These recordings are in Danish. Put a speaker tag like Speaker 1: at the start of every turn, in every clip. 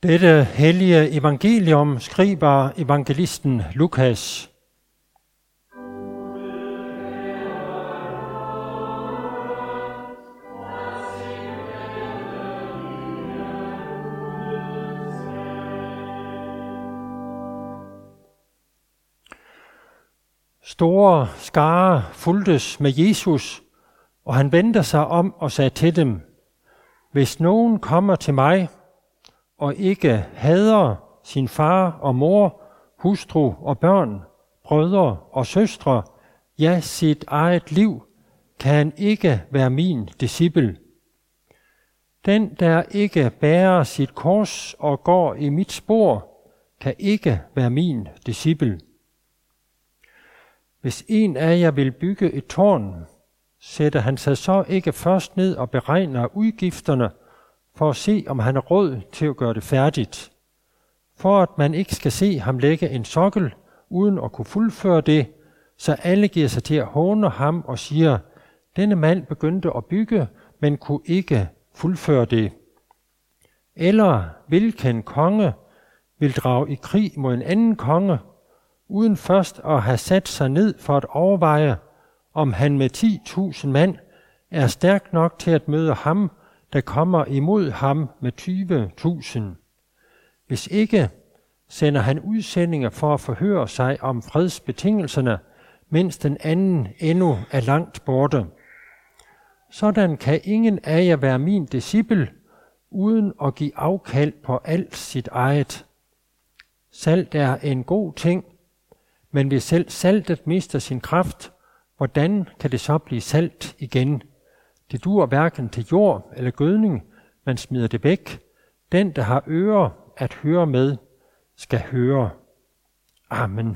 Speaker 1: Dette hellige evangelium skriver evangelisten Lukas. Store skarer fulgtes med Jesus, og han vendte sig om og sagde til dem: Hvis nogen kommer til mig og ikke hader sin far og mor, hustru og børn, brødre og søstre, ja, sit eget liv, kan han ikke være min disciple. Den, der ikke bærer sit kors og går i mit spor, kan ikke være min disciple. Hvis en af jer vil bygge et tårn, sætter han sig så ikke først ned og beregner udgifterne, for at se, om han har råd til at gøre det færdigt. For at man ikke skal se ham lægge en sokkel, uden at kunne fuldføre det, så alle giver sig til at håne ham og siger: denne mand begyndte at bygge, men kunne ikke fuldføre det. Eller hvilken konge vil drage i krig mod en anden konge, uden først at have sat sig ned for at overveje, om han med 10.000 mand er stærk nok til at møde ham, der kommer imod ham med 20.000. Hvis ikke, sender han udsendinger for at forhøre sig om fredsbetingelserne, mens den anden endnu er langt borte. Sådan kan ingen af jer være min disciple, uden at give afkald på alt sit eget. Salt er en god ting, men hvis selv saltet mister sin kraft, hvordan kan det så blive salt igen? Det duer hverken til jord eller gødning, man smider det væk. Den, der har ører at høre med, skal høre. Amen.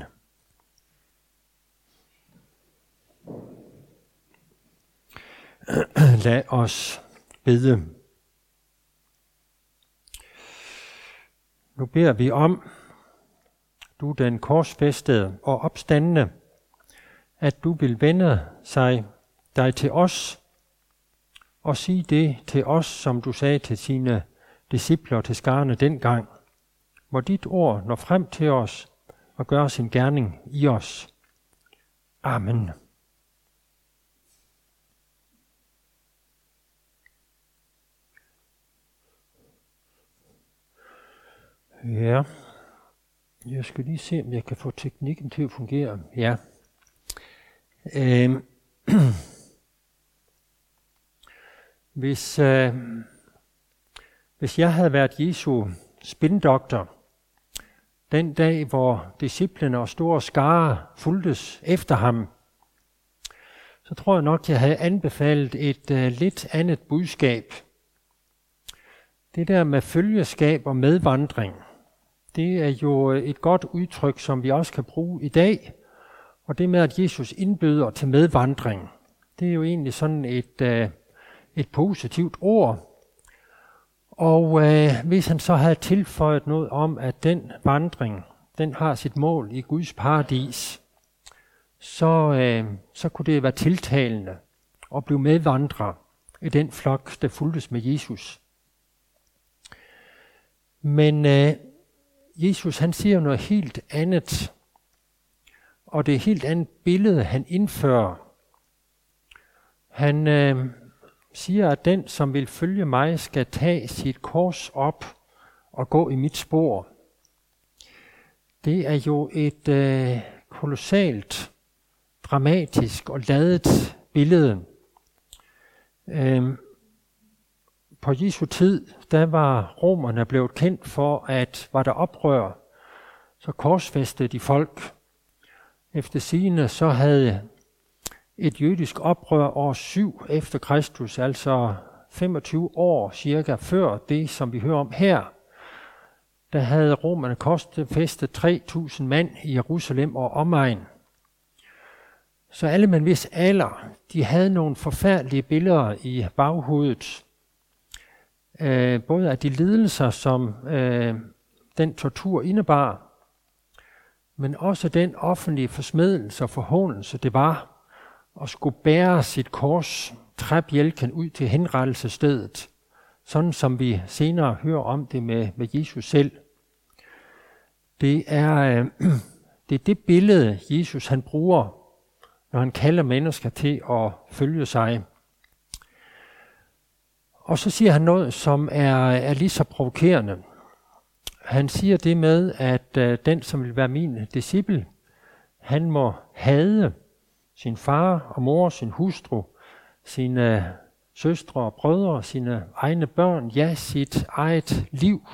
Speaker 1: Lad os bede. Nu beder vi om, du den korsfæstede og opstandne, at du vil vende dig til os og sige det til os, som du sagde til sine discipler til skarne dengang. Må dit ord nå frem til os og gøre sin gerning i os. Amen. Ja, jeg skal lige se, om jeg kan få teknikken til at fungere. Ja. Hvis jeg havde været Jesu spindoktor, den dag, hvor disciplene og store skarer fulgtes efter ham, så tror jeg nok, jeg havde anbefalet et lidt andet budskab. Det der med følgeskab og medvandring, det er jo et godt udtryk, som vi også kan bruge i dag. Og det med, at Jesus indbyder til medvandring, det er jo egentlig sådan et positivt ord. Og hvis han så havde tilføjet noget om, at den vandring, den har sit mål i Guds paradis, så kunne det være tiltalende at blive medvandrer i den flok, der fulgtes med Jesus. Men Jesus, han siger noget helt andet, og det er et helt andet billede, han indfører. Han siger, at den, som vil følge mig, skal tage sit kors op og gå i mit spor. Det er jo et kolossalt, dramatisk og ladet billede. På Jesu tid, der var romerne blevet kendt for, at var der oprør, så korsfæstede de folk. Efter sigende så havde et jødisk oprør år 7 efter Kristus, altså 25 år cirka før det, som vi hører om her, der havde romerne korsfæstet 3.000 mand i Jerusalem og omegn. Så alle med en vis alder, de havde nogle forfærdelige billeder i baghovedet. Både af de lidelser, som den tortur indebar, men også den offentlige forsmedelse og forhånelse, det var at skulle bære sit kors, træbjælken ud til henrettelsesstedet, sådan som vi senere hører om det med Jesus selv. Det er det billede, Jesus han bruger, når han kalder mennesker til at følge sig. Og så siger han noget, som er lige så provokerende. Han siger det med, at den, som vil være min disciple, han må hade sin far og mor, sin hustru, sine søstre og brødre, sine egne børn, ja, sit eget liv.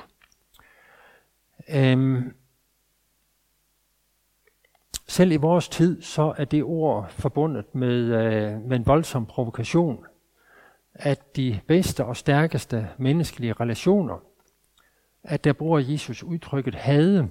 Speaker 1: Selv i vores tid, så er det ord forbundet med en voldsom provokation, at de bedste og stærkeste menneskelige relationer, at der bruger Jesus udtrykket hade.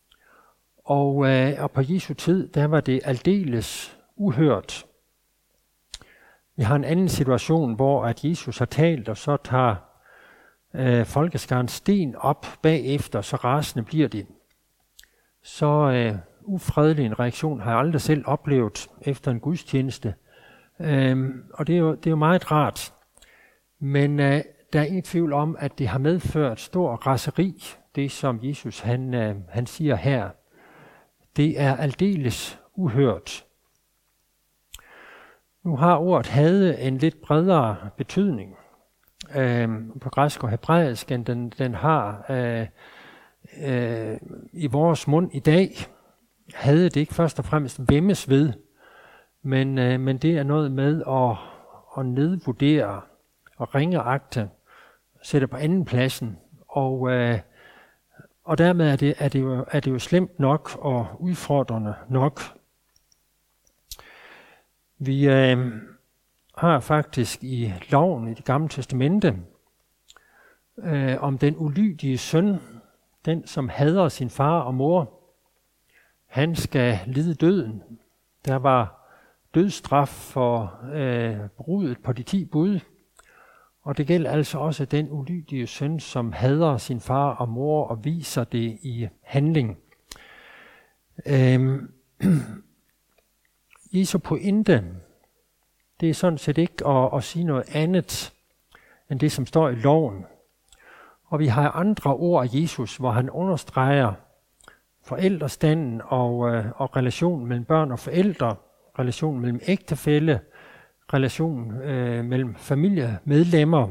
Speaker 1: Og på Jesu tid, der var det aldeles uhørt. Vi har en anden situation, hvor at Jesus har talt, og så tager folkeskaren sten op bagefter, så rasende bliver de. Så ufredelig en reaktion har jeg aldrig selv oplevet efter en gudstjeneste. Og det er jo meget rart. Men der er ingen tvivl om, at det har medført stor raseri, det som Jesus han siger her. Det er aldeles uhørt. Nu har ordet hade en lidt bredere betydning på græsk og hebraisk, end den har i vores mund i dag. Hade det ikke først og fremmest væmmes ved, men det er noget med at nedvurdere og ringeagte, sætte på anden pladsen, og dermed er det jo slemt nok og udfordrende nok. Vi har faktisk i loven i Det Gamle Testamente om den ulydige søn, den som hader sin far og mor, han skal lide døden. Der var dødsstraf for bruddet på de 10 bud, og det gælder altså også den ulydige søn, som hader sin far og mor og viser det i handling. Jesu pointe, det er sådan set ikke at sige noget andet end det, som står i loven. Og vi har andre ord af Jesus, hvor han understreger forældrestanden og relationen mellem børn og forældre, relationen mellem ægtefælle, relationen mellem familiemedlemmer.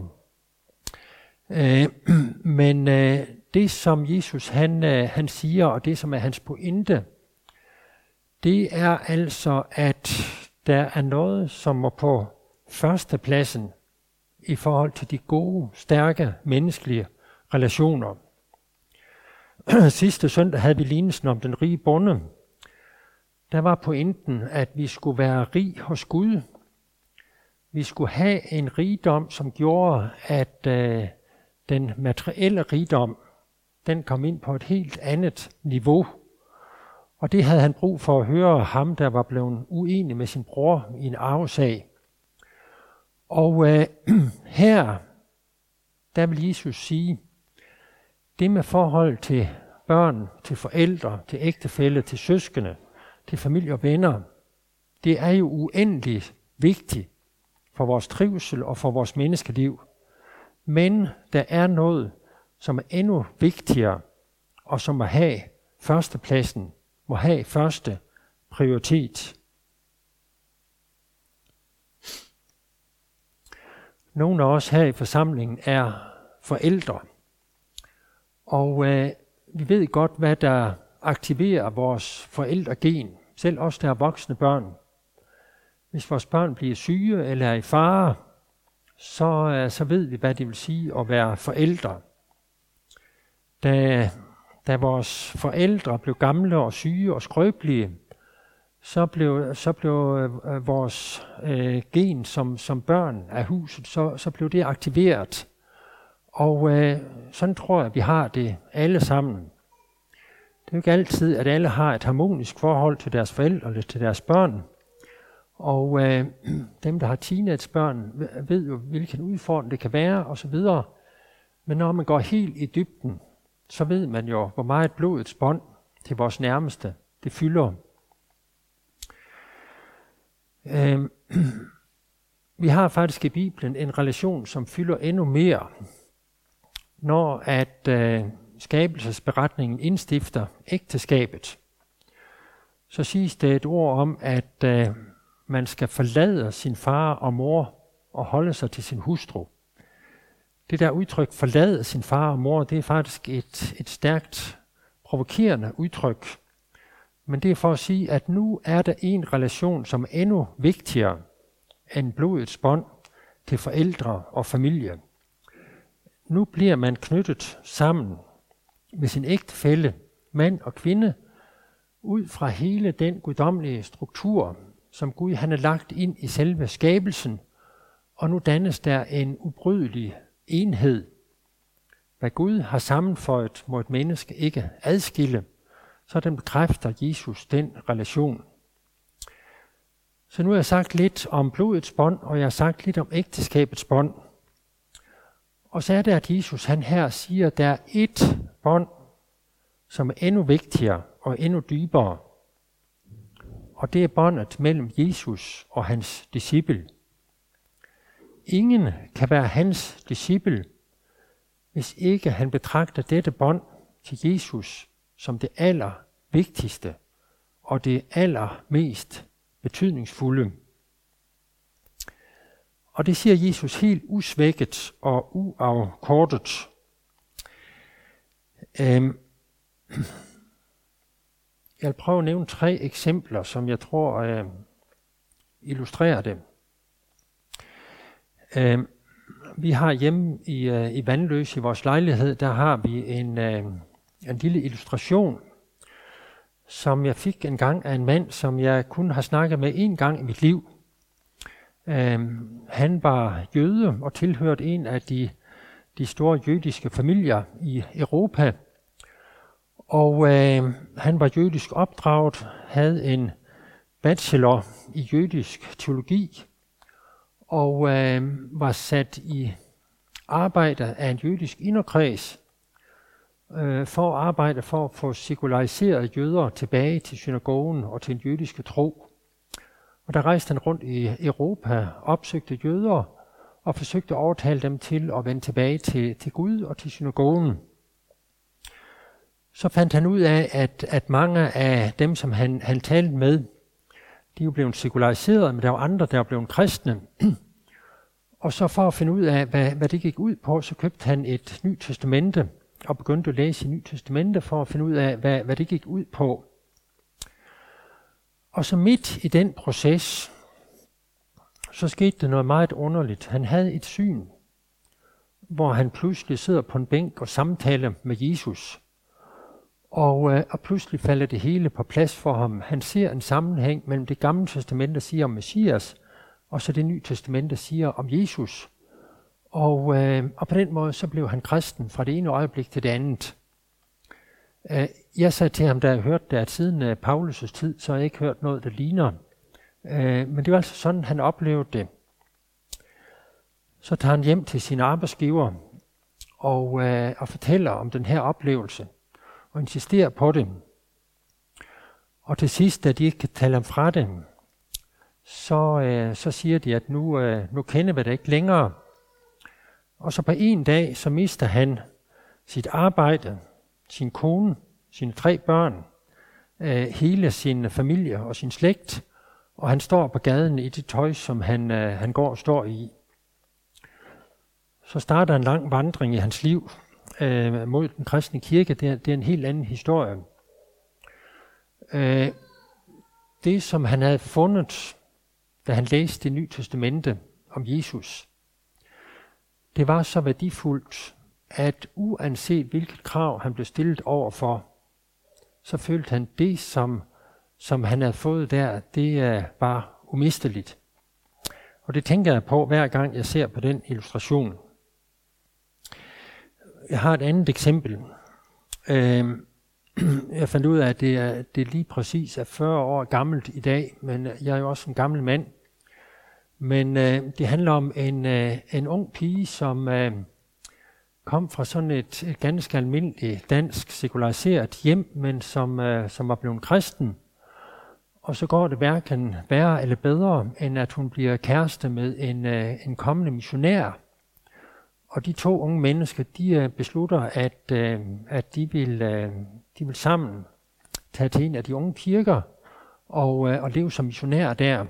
Speaker 1: Men det, som Jesus han siger, og det, som er hans pointe, det er altså, at der er noget, som må på førstepladsen i forhold til de gode, stærke, menneskelige relationer. Sidste søndag havde vi lignelsen om den rige bonde. Der var pointen, at vi skulle være rig hos Gud. Vi skulle have en rigdom, som gjorde, at den materielle rigdom, den kom ind på et helt andet niveau. Og det havde han brug for at høre ham, der var blevet uenig med sin bror i en arvesag. Og her, der vil Jesus sige, det med forhold til børn, til forældre, til ægtefælle, til søskende, til familie og venner, det er jo uendeligt vigtigt for vores trivsel og for vores menneskeliv. Men der er noget, som er endnu vigtigere, og som må have førstepladsen, må have første prioritet. Nogle af os her i forsamlingen er forældre, og vi ved godt, hvad der aktiverer vores forældregen, selv os, der er voksne børn. Hvis vores børn bliver syge eller er i fare, så ved vi, hvad det vil sige at være forældre. Da vores forældre blev gamle og syge og skrøbelige, så blev vores gen som børn af huset, så blev det aktiveret. Og sådan tror jeg, vi har det alle sammen. Det er jo ikke altid, at alle har et harmonisk forhold til deres forældre eller til deres børn. Og dem, der har teenagebørn, ved jo, hvilken udfordring det kan være osv. Men når man går helt i dybden, så ved man jo, hvor meget blodets bånd til vores nærmeste, det fylder. Vi har faktisk i Bibelen en relation, som fylder endnu mere. når at skabelsesberetningen indstifter ægteskabet, så siges det et ord om, at man skal forlade sin far og mor og holde sig til sin hustru. Det der udtryk, forlade sin far og mor, det er faktisk et stærkt provokerende udtryk. Men det er for at sige, at nu er der en relation, som er endnu vigtigere end blodets bånd til forældre og familie. Nu bliver man knyttet sammen med sin ægtefælle, mand og kvinde, ud fra hele den guddommelige struktur, som Gud han har lagt ind i selve skabelsen, og nu dannes der en ubrydelig enhed. Hvad Gud har sammenføjet, må et menneske ikke adskille, så den bekræfter Jesus den relation. Så nu har jeg sagt lidt om blodets bånd, og jeg har sagt lidt om ægteskabets bånd. Og så er det, at Jesus han her siger, at der er ét bånd, som er endnu vigtigere og endnu dybere. Og det er båndet mellem Jesus og hans disciple. Ingen kan være hans disciple, hvis ikke han betragter dette bånd til Jesus som det allervigtigste og det allermest betydningsfulde. Og det siger Jesus helt usvækket og uafkortet. Jeg vil prøve at nævne 3 eksempler, som jeg tror illustrerer det. Vi har hjemme i Vandløse i vores lejlighed, der har vi en lille illustration, som jeg fik en gang af en mand, som jeg kun har snakket med 1 gang i mit liv. Han var jøde og tilhørte en af de store jødiske familier i Europa. Og han var jødisk opdraget, havde en bachelor i jødisk teologi, og var sat i arbejde af en jødisk inderkreds for at arbejde for at få sekulariseret jøder tilbage til synagogen og til den jødiske tro. Og der rejste han rundt i Europa, opsøgte jøder og forsøgte at overtale dem til at vende tilbage til Gud og til synagogen. Så fandt han ud af, at mange af dem, som han talte med, de er jo blevet sekulariseret, men der var andre, der var blevet kristne. Og så for at finde ud af, hvad det gik ud på, så købte han et Nyt Testamente og begyndte at læse i Nyt Testamente for at finde ud af, hvad det gik ud på. Og så midt i den proces, så skete der noget meget underligt. Han havde et syn, hvor han pludselig sidder på en bænk og samtaler med Jesus. Og pludselig falder det hele på plads for ham. Han ser en sammenhæng mellem det gamle testamente, der siger om Messias, og så det nye testamente, der siger om Jesus. Og på den måde, så blev han kristen fra det ene øjeblik til det andet. Jeg sagde til ham, da jeg hørte det, at siden Paulus' tid, så har jeg ikke hørt noget, der ligner. Men det var altså sådan, han oplevede det. Så tager han hjem til sin arbejdsgiver og fortæller om den her oplevelse og insisterer på det. Og til sidst, da de ikke kan tale ham fra det, så siger de, at nu kender vi det ikke længere. Og så på en dag, så mister han sit arbejde, sin kone, sine 3 børn, hele sin familie og sin slægt, og han står på gaden i det tøj, som han går og står i. Så starter en lang vandring i hans liv mod den kristne kirke. Det er en helt anden historie. Det, som han havde fundet, da han læste det nye testamente om Jesus, det var så værdifuldt, at uanset hvilket krav han blev stillet overfor, så følte han det, som han havde fået der, det var umisteligt. Og det tænker jeg på, hver gang jeg ser på den illustration. Jeg har et andet eksempel. Jeg fandt ud af, at det lige præcis er 40 år gammelt i dag, men jeg er jo også en gammel mand. Men det handler om en ung pige, som kom fra sådan et ganske almindeligt dansk sekulariseret hjem, men som var blevet kristen. Og så går det hverken værre eller bedre, end at hun bliver kæreste med en kommende missionær. Og de to unge mennesker, de beslutter, at de vil sammen tage til en af de unge kirker og leve som missionærer der.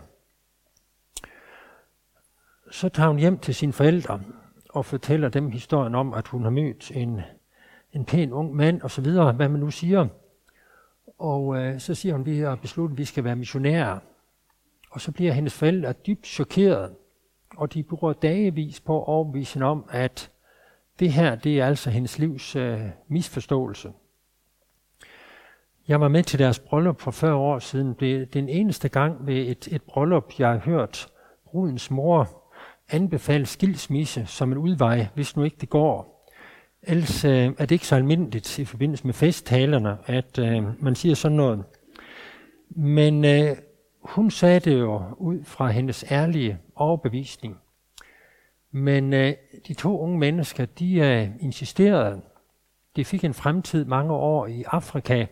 Speaker 1: Så tager hun hjem til sine forældre og fortæller dem historien om, at hun har mødt en pæn ung mand og så videre, hvad man nu siger. Og så siger hun, at vi har besluttet, at vi skal være missionærer. Og så bliver hendes forældre dybt chokeret, og de bruger dagevis på at overbevise hende om, at det her, det er altså hendes livs misforståelse. Jeg var med til deres bryllup for 40 år siden. Det er den eneste gang ved et bryllup, jeg har hørt brudens mor anbefale skilsmisse som en udvej, hvis nu ikke det går. Ellers er det ikke så almindeligt i forbindelse med festtalerne, at man siger sådan noget. Men hun sagde det jo ud fra hendes ærlige overbevisning. Men de to unge mennesker, de insisterede. De fik en fremtid mange år i Afrika.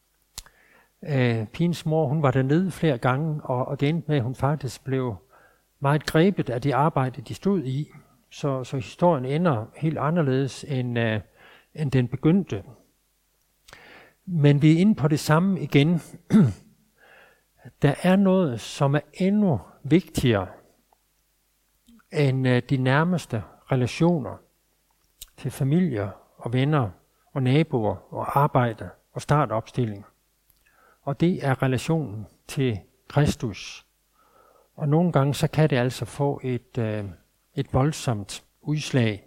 Speaker 1: Pigens mor, hun var dernede flere gange, og det endte med, at hun faktisk blev meget grebet af det arbejde, de stod i. Så historien ender helt anderledes, end den begyndte. Men vi er inde på det samme igen. Der er noget, som er endnu vigtigere end de nærmeste relationer til familier og venner og naboer og arbejde og startopstilling. Og det er relationen til Kristus. Og nogle gange så kan det altså få et voldsomt udslag.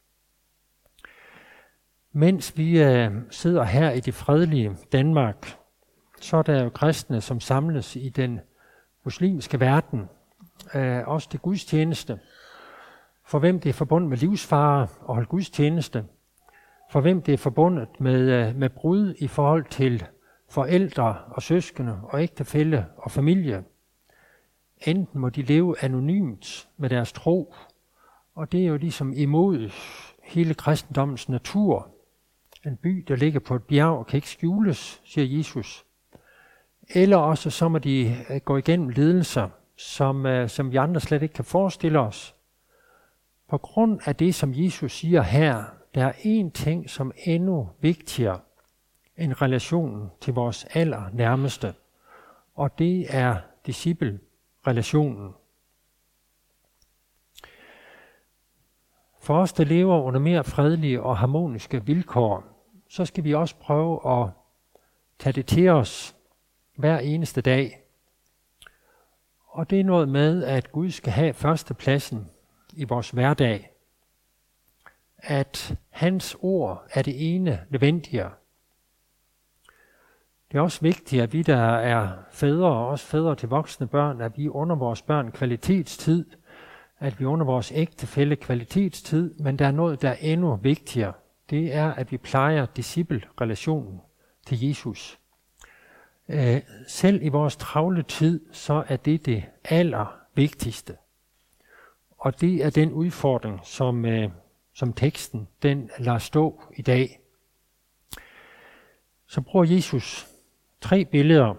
Speaker 1: Mens vi sidder her i det fredelige Danmark, så er der jo kristne, som samles i den muslimske verden, også til gudstjeneste. For hvem det er forbundet med livsfare og holde gudstjeneste. For hvem det er forbundet med brud i forhold til forældre og søskende og ægtefælle og familie. Enten må de leve anonymt med deres tro, og det er jo ligesom imod hele kristendommens natur. En by, der ligger på et bjerg, kan ikke skjules, siger Jesus. Eller også så må de gå igennem lidelser, som vi andre slet ikke kan forestille os. På grund af det, som Jesus siger her, der er én ting, som er endnu vigtigere end relationen til vores allernærmeste, og det er disciple-relationen. For os, der lever under mere fredelige og harmoniske vilkår, så skal vi også prøve at tage det til os hver eneste dag. Og det er noget med, at Gud skal have førstepladsen i vores hverdag. At hans ord er det ene nødvendige. Det er også vigtigt, at vi, der er fædre og også fædre til voksne børn, at vi under vores børn kvalitetstid, at vi under vores ægtefælle kvalitetstid, men der er noget, der er endnu vigtigere. Det er, at vi plejer disciple-relationen til Jesus. Selv i vores travle tid, så er det allervigtigste. Og det er den udfordring, som teksten den lader stå i dag. Så bruger Jesus 3 billeder.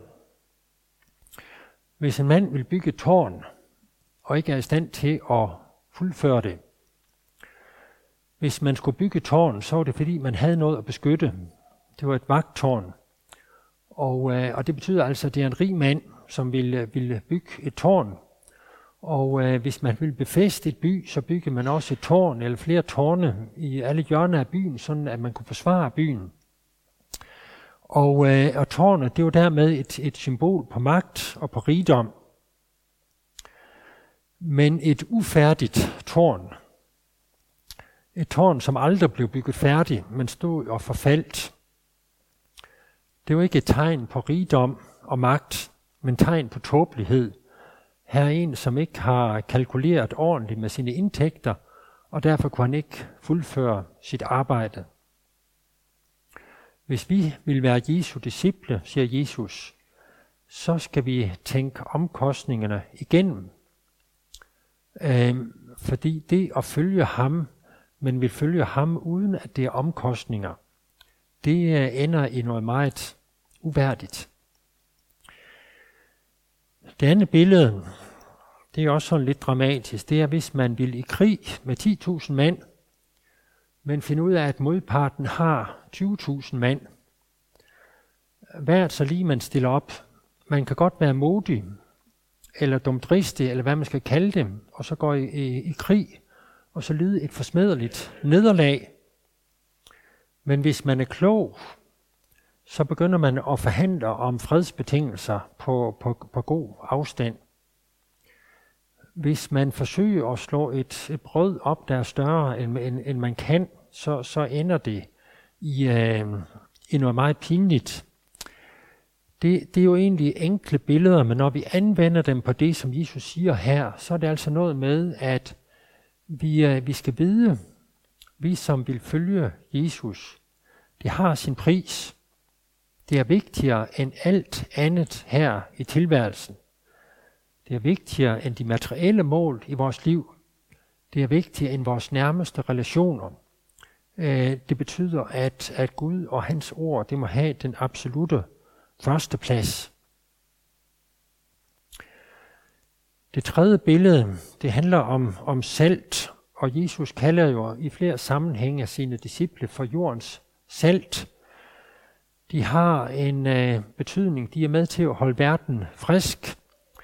Speaker 1: Hvis en mand vil bygge et tårn, og ikke er i stand til at fuldføre det. Hvis man skulle bygge et tårn, så var det fordi, man havde noget at beskytte. Det var et vagttårn. Og det betyder altså, at det er en rig mand, som ville bygge et tårn. Og hvis man ville befæste et by, så bygger man også et tårn eller flere tårne i alle hjørner af byen, sådan at man kunne forsvare byen. Og tårnet, det var dermed et symbol på magt og på rigdom. Men et ufærdigt tårn, et tårn, som aldrig blev bygget færdigt, men stod og forfaldt, det var ikke et tegn på rigdom og magt, men tegn på tåbelighed. Her er en, som ikke har kalkuleret ordentligt med sine indtægter, og derfor kunne han ikke fuldføre sit arbejde. Hvis vi vil være Jesu disciple, siger Jesus, så skal vi tænke omkostningerne igennem. Fordi det at følge ham, men vil følge ham uden at det er omkostninger, det ender i noget meget uværdigt. Det andet billede, det er også sådan lidt dramatisk, det er hvis man vil i krig med 10.000 mænd, men finder ud af, at modparten har 20.000 mand. Hvert så lige man stiller op. Man kan godt være modig, eller dumdristig, eller hvad man skal kalde det, og så går i krig, og så lide et forsmæderligt nederlag. Men hvis man er klog, så begynder man at forhandle om fredsbetingelser på god afstand. Hvis man forsøger at slå et brød op, der er større end man kan, så ender det i noget meget pinligt. Det er jo egentlig enkle billeder, men når vi anvender dem på det, som Jesus siger her, så er det altså noget med, at vi skal vide, vi som vil følge Jesus, det har sin pris. Det er vigtigere end alt andet her i tilværelsen. Det er vigtigere end de materielle mål i vores liv. Det er vigtigere end vores nærmeste relationer. Det betyder, at Gud og hans ord, det må have den absolutte første plads. Det tredje billede, det handler om salt, og Jesus kalder jo i flere sammenhænge sine disciple for jordens salt. De har en betydning, de er med til at holde verden frisk,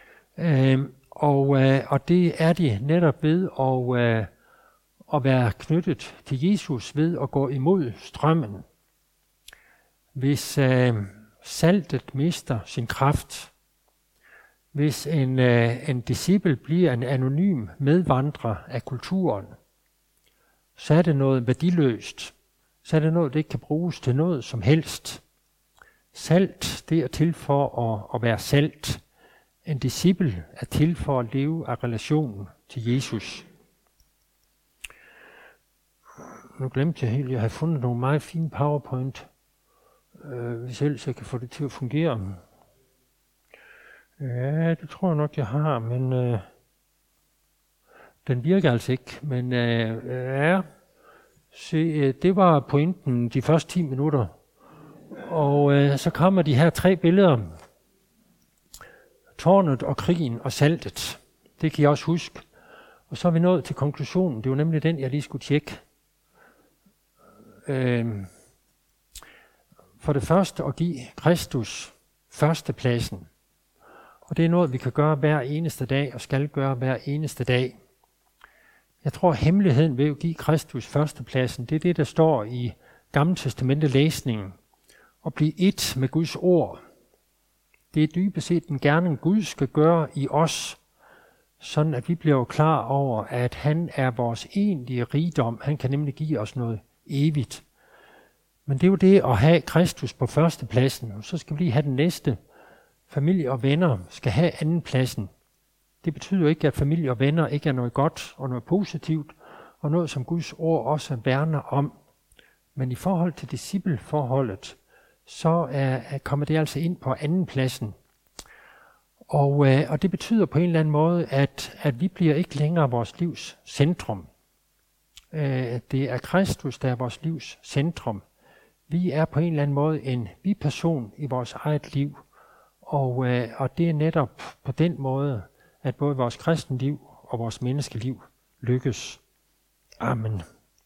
Speaker 1: og det er de netop ved at være knyttet til Jesus, ved at gå imod strømmen. Hvis saltet mister sin kraft, hvis en disciple bliver en anonym medvandrer af kulturen, så er det noget værdiløst. Så er det noget, det ikke kan bruges til noget som helst. Salt, det er til for at være salt. En disciple er til for at leve af relationen til Jesus. Nu glemte jeg helt, at jeg havde fundet nogle meget fine PowerPoint, hvis ellers jeg kan få det til at fungere. Ja, det tror jeg nok, jeg har, men den virker altså ikke. Men se, det var pointen de første 10 minutter. Og så kommer de her 3 billeder. Tårnet og krigen og saltet. Det kan jeg også huske. Og så er vi nået til konklusionen. Det var nemlig den, jeg lige skulle tjekke. For det første at give Kristus førstepladsen. Og det er noget, vi kan gøre hver eneste dag, og skal gøre hver eneste dag. Jeg tror, hemmeligheden ved at give Kristus førstepladsen, det er det, der står i Gamle Testamente læsningen. At blive et med Guds ord. Det er dybest set en gerning, Gud skal gøre i os, sådan at vi bliver klar over, at han er vores egentlige rigdom. Han kan nemlig give os noget evigt. Men det er jo det at have Kristus på førstepladsen, så skal vi lige have den næste. Familie og venner skal have andenpladsen. Det betyder ikke, at familie og venner ikke er noget godt og noget positivt, og noget, som Guds ord også værner om. Men i forhold til discipleforholdet, så kommer det altså ind på andenpladsen. Og det betyder på en eller anden måde, at vi bliver ikke længere vores livs centrum. Det er Kristus, der er vores livs centrum. Vi er på en eller anden måde en vi-person i vores eget liv. Og det er netop på den måde, at både vores kristenliv og vores menneskeliv lykkes. Amen.